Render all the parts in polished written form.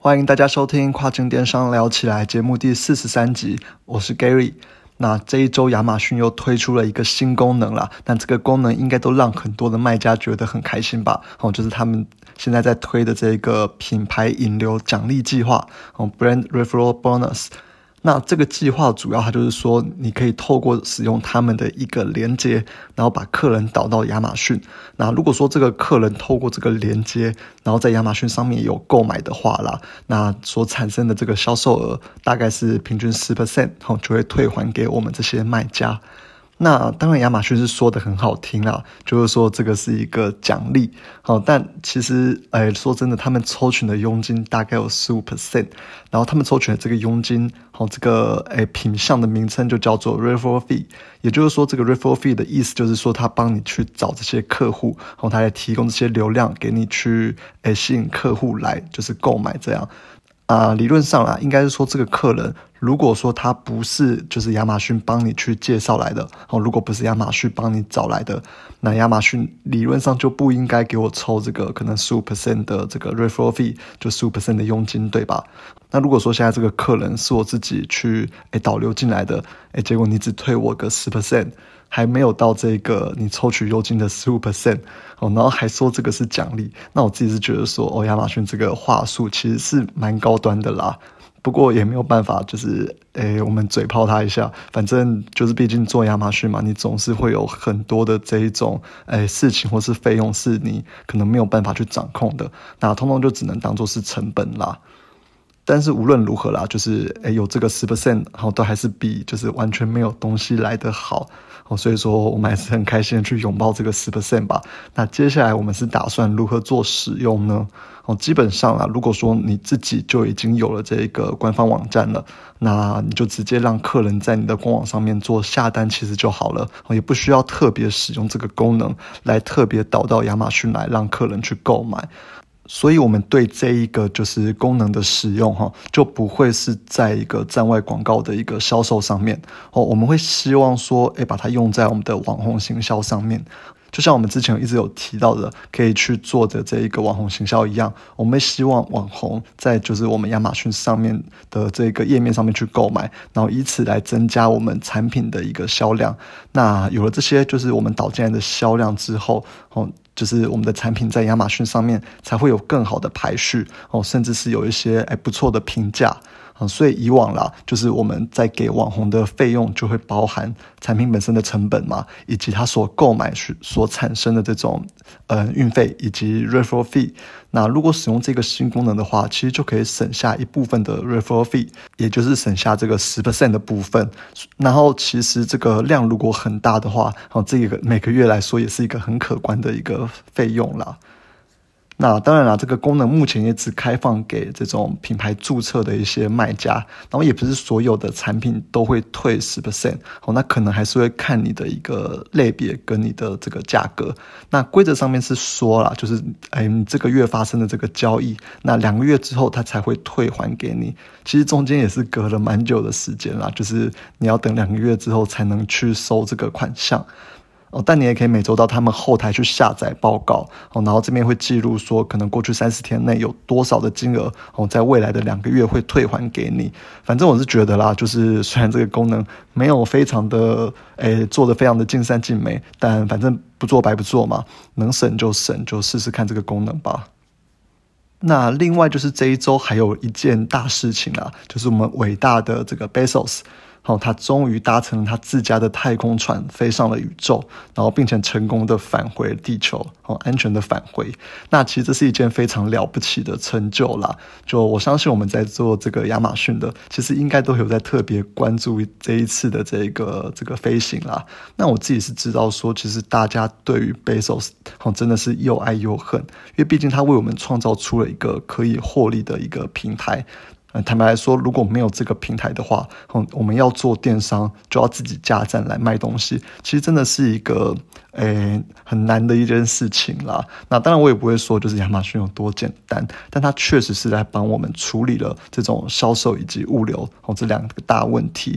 欢迎大家收听跨境电商聊起来节目第43集，我是 Gary。那这一周亚马逊又推出了一个新功能啦，但这个功能应该都让很多的卖家觉得很开心吧，就是他们现在在推的这个品牌引流奖励计划，Brand Referral Bonus。那这个计划主要它就是说，你可以透过使用他们的一个连结，然后把客人导到亚马逊。那如果说这个客人透过这个连结，然后在亚马逊上面有购买的话啦，那所产生的这个销售额大概是平均 10%， 就会退还给我们这些卖家。那当然亚马逊是说的很好听啦，就是说这个是一个奖励，但其实说真的，他们抽取的佣金大概有 15%， 然后他们抽取的这个佣金这个品项的名称就叫做 referral fee， 也就是说这个 referral fee 的意思就是说他帮你去找这些客户，他来提供这些流量给你去吸引客户来就是购买这样。理论上啦，应该是说这个客人如果说他不是就是亚马逊帮你去介绍来的，如果不是亚马逊帮你找来的，那亚马逊理论上就不应该给我抽这个可能 15% 的这个 referral fee， 就 15% 的佣金，对吧？那如果说现在这个客人是我自己去导流进来的，结果你只退我个 10%， 还没有到这个你抽取佣金的 15%， 然后还说这个是奖励，那我自己是觉得说亚马逊这个话术其实是蛮高端的啦。不过也没有办法，就是我们嘴炮他一下，反正就是毕竟做亚马逊嘛，你总是会有很多的这一种事情或是费用是你可能没有办法去掌控的，那通通就只能当作是成本啦。但是无论如何啦，就是有这个 10%， 都还是比就是完全没有东西来得好，所以说我们还是很开心的去拥抱这个 10% 吧。那接下来我们是打算如何做使用呢？基本上啦，如果说你自己就已经有了这个官方网站了，那你就直接让客人在你的官网上面做下单其实就好了，也不需要特别使用这个功能来特别导到亚马逊来让客人去购买。所以我们对这一个就是功能的使用就不会是在一个站外广告的一个销售上面，我们会希望说把它用在我们的网红行销上面。就像我们之前一直有提到的可以去做的这一个网红行销一样，我们希望网红在就是我们亚马逊上面的这个页面上面去购买，然后以此来增加我们产品的一个销量。那有了这些就是我们导进来的销量之后，就是我们的产品在亚马逊上面才会有更好的排序，甚至是有一些不错的评价。所以以往啦，就是我们在给网红的费用就会包含产品本身的成本嘛，以及他所购买所产生的这种运费以及 referral fee。那如果使用这个新功能的话，其实就可以省下一部分的 referral fee， 也就是省下这个 10% 的部分。然后其实这个量如果很大的话，这个每个月来说也是一个很可观的一个费用啦。那当然啦，这个功能目前也只开放给这种品牌注册的一些卖家，然后也不是所有的产品都会退 10%， 那可能还是会看你的一个类别跟你的这个价格。那规则上面是说啦，就是你这个月发生的这个交易，那2个月之后它才会退还给你。其实中间也是隔了蛮久的时间啦，就是你要等2个月之后才能去收这个款项。但你也可以每周到他们后台去下载报告，然后这边会记录说可能过去30天内有多少的金额在未来的2个月会退还给你。反正我是觉得啦，就是虽然这个功能没有非常的做得非常的尽善尽美，但反正不做白不做嘛，能省就省，就试试看这个功能吧。那另外就是这一周还有一件大事情啦，就是我们伟大的这个 Bezos，他终于搭乘了他自家的太空船飞上了宇宙，然后并且成功的返回地球，安全的返回。那其实这是一件非常了不起的成就啦，就我相信我们在做这个亚马逊的其实应该都有在特别关注这一次的这个飞行啦。那我自己是知道说其实大家对于 Bezos 真的是又爱又恨，因为毕竟他为我们创造出了一个可以获利的一个平台。坦白来说，如果没有这个平台的话，我们要做电商就要自己架站来卖东西，其实真的是一个很难的一件事情啦。那当然我也不会说就是亚马逊有多简单，但它确实是在帮我们处理了这种销售以及物流这2个大问题。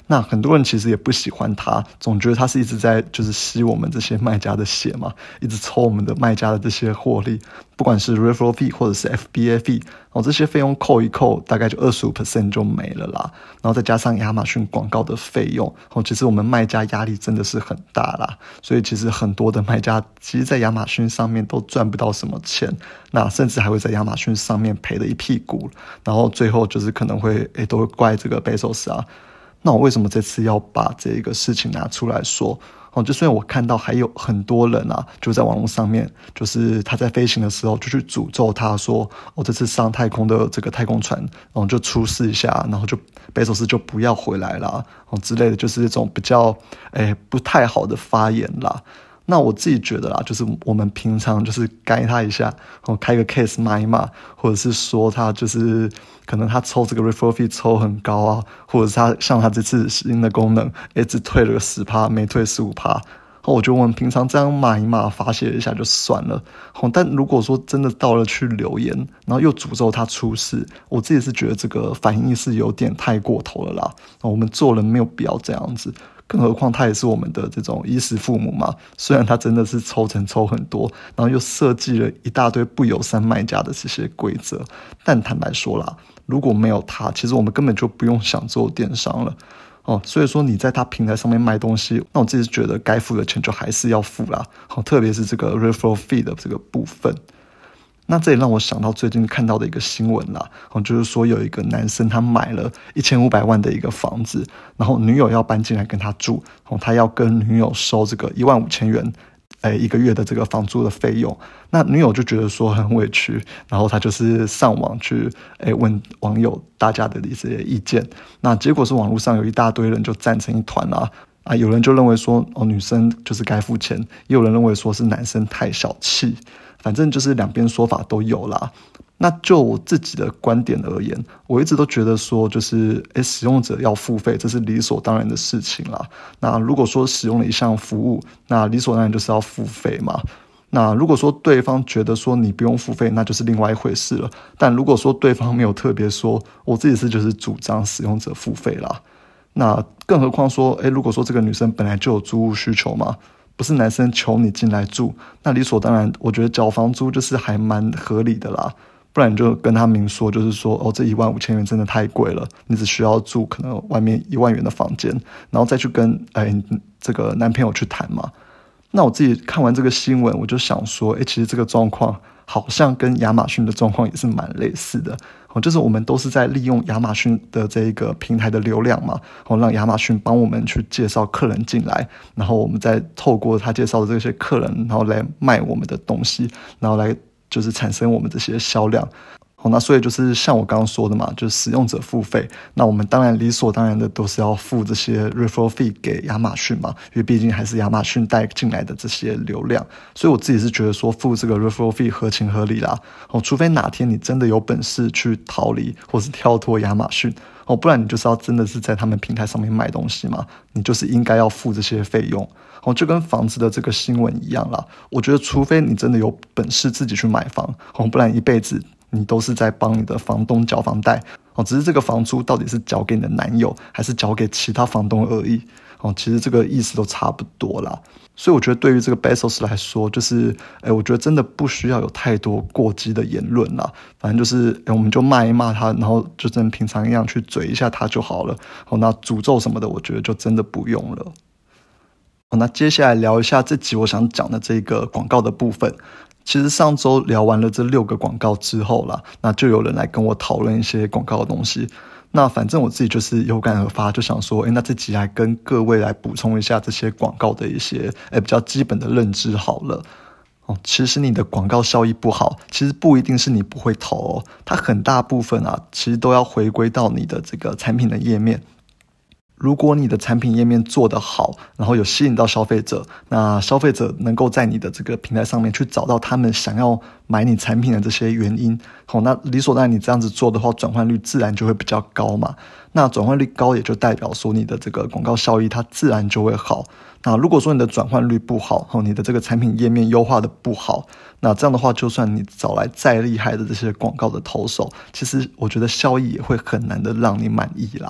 那很多人其实也不喜欢他，总觉得他是一直在就是吸我们这些卖家的血嘛，一直抽我们的卖家的这些获利，不管是 referral fee 或者是 FBA fee，这些费用扣一扣，大概就 25% 就没了啦。然后再加上亚马逊广告的费用，其实我们卖家压力真的是很大啦。所以其实很多的卖家其实在亚马逊上面都赚不到什么钱，那甚至还会在亚马逊上面赔了一屁股，然后最后就是可能会都会怪这个 Bezos 啊。那我为什么这次要把这个事情拿出来说？就虽然我看到还有很多人啊，就在网络上面，就是他在飞行的时候就去诅咒他说，这次上太空的这个太空船，就出事一下，然后就Bezos就不要回来啦，之类的，就是这种比较不太好的发言啦。那我自己觉得啦，就是我们平常就是该他一下，开个 case 骂一骂，或者是说他就是可能他抽这个 referral fee 抽很高啊，或者是他像他这次新的功能，只退了个10%，没退15%，我觉得我们平常这样骂一骂，发泄一下就算了。但如果说真的到了去留言，然后又诅咒他出事，我自己是觉得这个反应是有点太过头了啦。我们做人没有必要这样子。更何况他也是我们的这种衣食父母嘛，虽然他真的是抽成抽很多，然后又设计了一大堆不友善卖家的这些规则，但坦白说啦，如果没有他，其实我们根本就不用想做电商了。所以说你在他平台上面卖东西，那我自己觉得该付的钱就还是要付啦，特别是这个 referral fee 的这个部分。那这也让我想到最近看到的一个新闻啦，就是说有一个男生他买了1500万的一个房子，然后女友要搬进来跟他住，他要跟女友收这个15000元一个月的这个房租的费用。那女友就觉得说很委屈，然后他就是上网去问网友大家的一些意见，那结果是网络上有一大堆人就站成一团啦。有人就认为说女生就是该付钱，也有人认为说是男生太小气，反正就是两边说法都有啦。那就我自己的观点而言，我一直都觉得说就是使用者要付费，这是理所当然的事情啦。那如果说使用了一项服务，那理所当然就是要付费嘛。那如果说对方觉得说你不用付费，那就是另外一回事了。但如果说对方没有特别说，我自己是就是主张使用者付费啦。那更何况说如果说这个女生本来就有租屋需求嘛，不是男生求你进来住，那理所当然我觉得缴房租就是还蛮合理的啦。不然你就跟他明说，就是说这15000元真的太贵了，你只需要住可能外面1万元的房间，然后再去跟这个男朋友去谈嘛。那我自己看完这个新闻，我就想说其实这个状况好像跟亚马逊的状况也是蛮类似的，就是我们都是在利用亚马逊的这个平台的流量嘛，让亚马逊帮我们去介绍客人进来，然后我们再透过他介绍的这些客人，然后来卖我们的东西，然后来就是产生我们这些销量。那所以就是像我刚刚说的嘛，就是使用者付费，那我们当然理所当然的都是要付这些 referral fee 给亚马逊嘛，因为毕竟还是亚马逊带进来的这些流量，所以我自己是觉得说付这个 referral fee 合情合理啦。除非哪天你真的有本事去逃离或是跳脱亚马逊，不然你就是要真的是在他们平台上面卖东西嘛，你就是应该要付这些费用。就跟房子的这个新闻一样啦，我觉得除非你真的有本事自己去买房，不然一辈子你都是在帮你的房东缴房贷，只是这个房租到底是缴给你的男友还是缴给其他房东而已，其实这个意思都差不多啦。所以我觉得对于这个 Bezos 来说，就是我觉得真的不需要有太多过激的言论啦，反正就是我们就骂一骂他，然后就跟平常一样去嘴一下他就好了。那诅咒什么的我觉得就真的不用了。那接下来聊一下这集我想讲的这个广告的部分。其实上周聊完了这6个广告之后啦，那就有人来跟我讨论一些广告的东西。那反正我自己就是有感而发，就想说那这集来跟各位来补充一下这些广告的一些比较基本的认知好了。其实你的广告效益不好，其实不一定是你不会投它很大部分其实都要回归到你的这个产品的页面。如果你的产品页面做得好，然后有吸引到消费者，那消费者能够在你的这个平台上面去找到他们想要买你产品的这些原因，那理所当然你这样子做的话，转换率自然就会比较高嘛。那转换率高也就代表说你的这个广告效益它自然就会好。那如果说你的转换率不好，你的这个产品页面优化的不好，那这样的话就算你找来再厉害的这些广告的投手，其实我觉得效益也会很难的让你满意啦。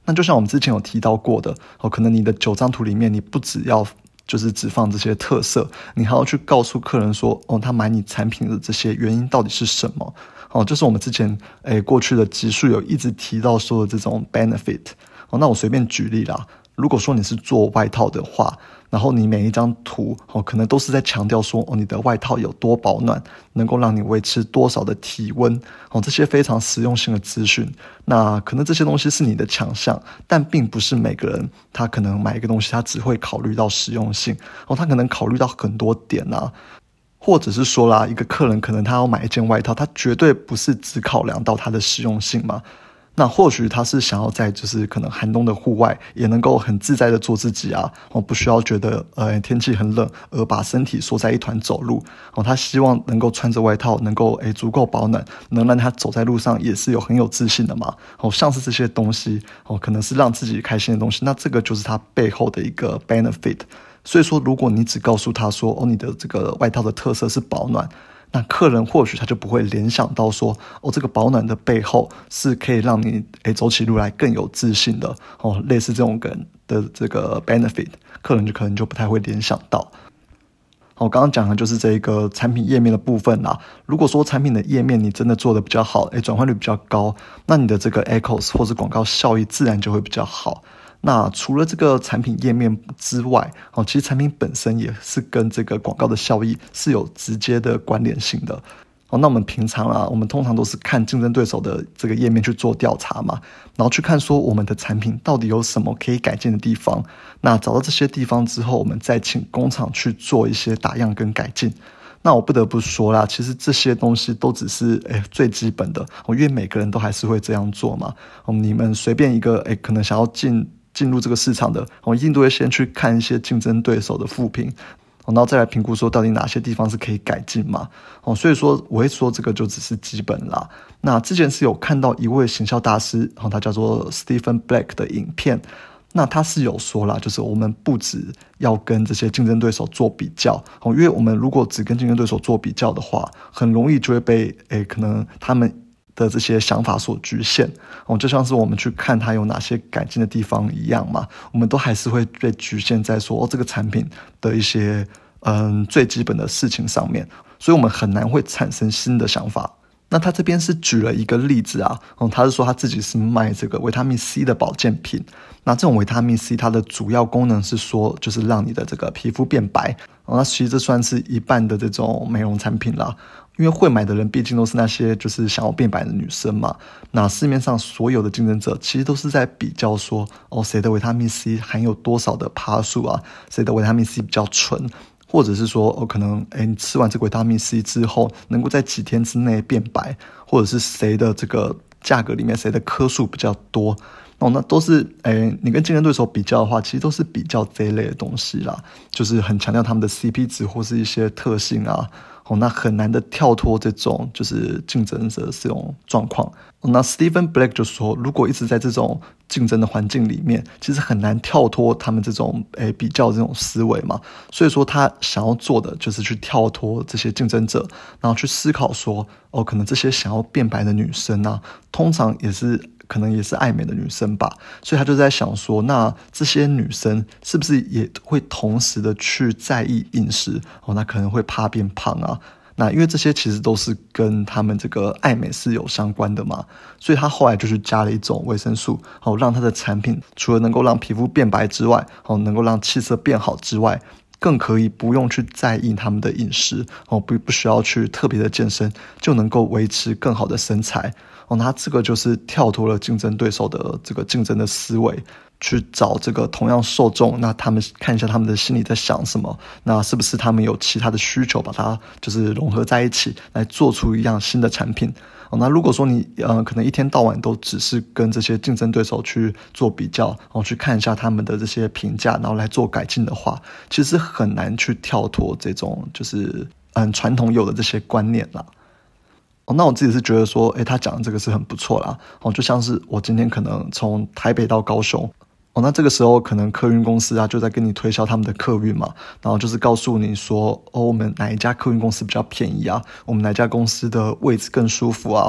那就像我们之前有提到过的，可能你的9张图里面，你不只要就是只放这些特色，你还要去告诉客人说，他买你产品的这些原因到底是什么。就是我们之前过去的集数有一直提到说的这种 benefit。那我随便举例啦，如果说你是做外套的话，然后你每一张图可能都是在强调说你的外套有多保暖，能够让你维持多少的体温，这些非常实用性的资讯。那可能这些东西是你的强项，但并不是每个人他可能买一个东西他只会考虑到实用性，他可能考虑到很多点啊。或者是说啦，一个客人可能他要买一件外套，他绝对不是只考量到它的实用性嘛。那或许他是想要在就是可能寒冬的户外也能够很自在的做自己啊，不需要觉得天气很冷而把身体缩在一团走路。他希望能够穿着外套能够足够保暖，能让他走在路上也是很有自信的嘛。像是这些东西可能是让自己开心的东西，那这个就是他背后的一个 benefit。所以说如果你只告诉他说你的这个外套的特色是保暖，那客人或许他就不会联想到说这个保暖的背后是可以让你走起路来更有自信的类似这种的这个 benefit， 客人可能就不太会联想到。我刚刚讲的就是这个产品页面的部分啦。如果说产品的页面你真的做得比较好，转换率比较高，那你的这个 echoes 或是广告效益自然就会比较好。那除了这个产品页面之外，其实产品本身也是跟这个广告的效益是有直接的关联性的。那我们平常我们通常都是看竞争对手的这个页面去做调查嘛，然后去看说我们的产品到底有什么可以改进的地方。那找到这些地方之后，我们再请工厂去做一些打样跟改进。那我不得不说啦，其实这些东西都只是最基本的，因为每个人都还是会这样做嘛。你们随便一个可能想要进入这个市场的，一定都会先去看一些竞争对手的负评，然后再来评估说到底哪些地方是可以改进嘛。所以说我会说这个就只是基本啦。那之前是有看到一位行销大师，他叫做 Stephen Black 的影片，那他是有说啦，就是我们不只要跟这些竞争对手做比较，因为我们如果只跟竞争对手做比较的话，很容易就会被可能他们的这些想法所局限。就像是我们去看它有哪些改进的地方一样嘛，我们都还是会被局限在说这个产品的一些最基本的事情上面，所以我们很难会产生新的想法。那他这边是举了一个例子啊，他是说他自己是卖这个维他命 C 的保健品。那这种维他命 C 它的主要功能是说就是让你的这个皮肤变白。那其实这算是一半的这种美容产品啦，因为会买的人毕竟都是那些就是想要变白的女生嘛。那市面上所有的竞争者其实都是在比较说谁的维他命 C 含有多少的趴数啊，谁的维他命 C 比较纯，或者是说可能你吃完这个维他命 C 之后能够在几天之内变白，或者是谁的这个价格里面谁的颗数比较多。那都是你跟竞争对手比较的话，其实都是比较这一类的东西啦，就是很强调他们的 CP 值或是一些特性啊。那很难的跳脱这种就是竞争者的这种状况。那 Stephen Black 就说，如果一直在这种竞争的环境里面，其实很难跳脱他们这种比较这种思维嘛。所以说他想要做的就是去跳脱这些竞争者，然后去思考说可能这些想要变白的女生啊，通常可能也是爱美的女生吧。所以他就在想说，那这些女生是不是也会同时的去在意饮食那可能会怕变胖啊。那因为这些其实都是跟他们这个爱美是有相关的嘛，所以他后来就去加了一种维生素让他的产品除了能够让皮肤变白之外能够让气色变好之外，更可以不用去在意他们的饮食不需要去特别的健身就能够维持更好的身材那这个就是跳脱了竞争对手的这个竞争的思维，去找这个同样受众，那他们看一下他们的心里在想什么，那是不是他们有其他的需求，把它就是融合在一起来做出一样新的产品。那如果说你可能一天到晚都只是跟这些竞争对手去做比较去看一下他们的这些评价，然后来做改进的话，其实很难去跳脱这种就是传统有的这些观念啦。那我自己是觉得说他讲的这个是很不错啦就像是我今天可能从台北到高雄那这个时候可能客运公司就在跟你推销他们的客运嘛，然后就是告诉你说我们哪一家客运公司比较便宜啊，我们哪一家公司的位置更舒服啊。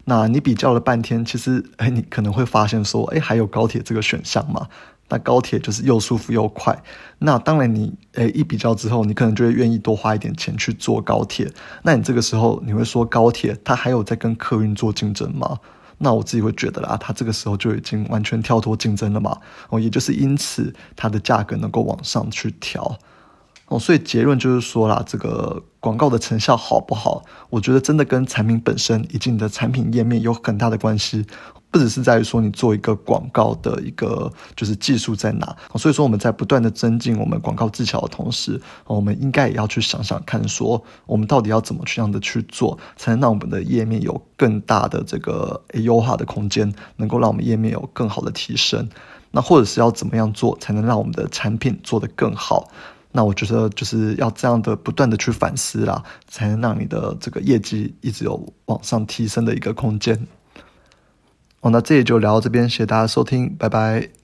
那你比较了半天，其实你可能会发现说，还有高铁这个选项嘛？那高铁就是又舒服又快。那当然你一比较之后，你可能就会愿意多花一点钱去坐高铁。那你这个时候你会说高铁它还有在跟客运做竞争吗？那我自己会觉得啦，它这个时候就已经完全跳脱竞争了嘛。也就是因此它的价格能够往上去调。所以结论就是说啦，这个广告的成效好不好，我觉得真的跟产品本身以及你的产品页面有很大的关系，不只是在于说你做一个广告的一个就是技术在哪。所以说我们在不断的增进我们广告技巧的同时，我们应该也要去想想看说，我们到底要怎么样的去做，才能让我们的页面有更大的这个优化的空间，能够让我们页面有更好的提升。那或者是要怎么样做才能让我们的产品做得更好。那我觉得就是要这样的不断的去反思啦，才能让你的这个业绩一直有往上提升的一个空间。那这里就聊到这边，谢谢大家收听，拜拜。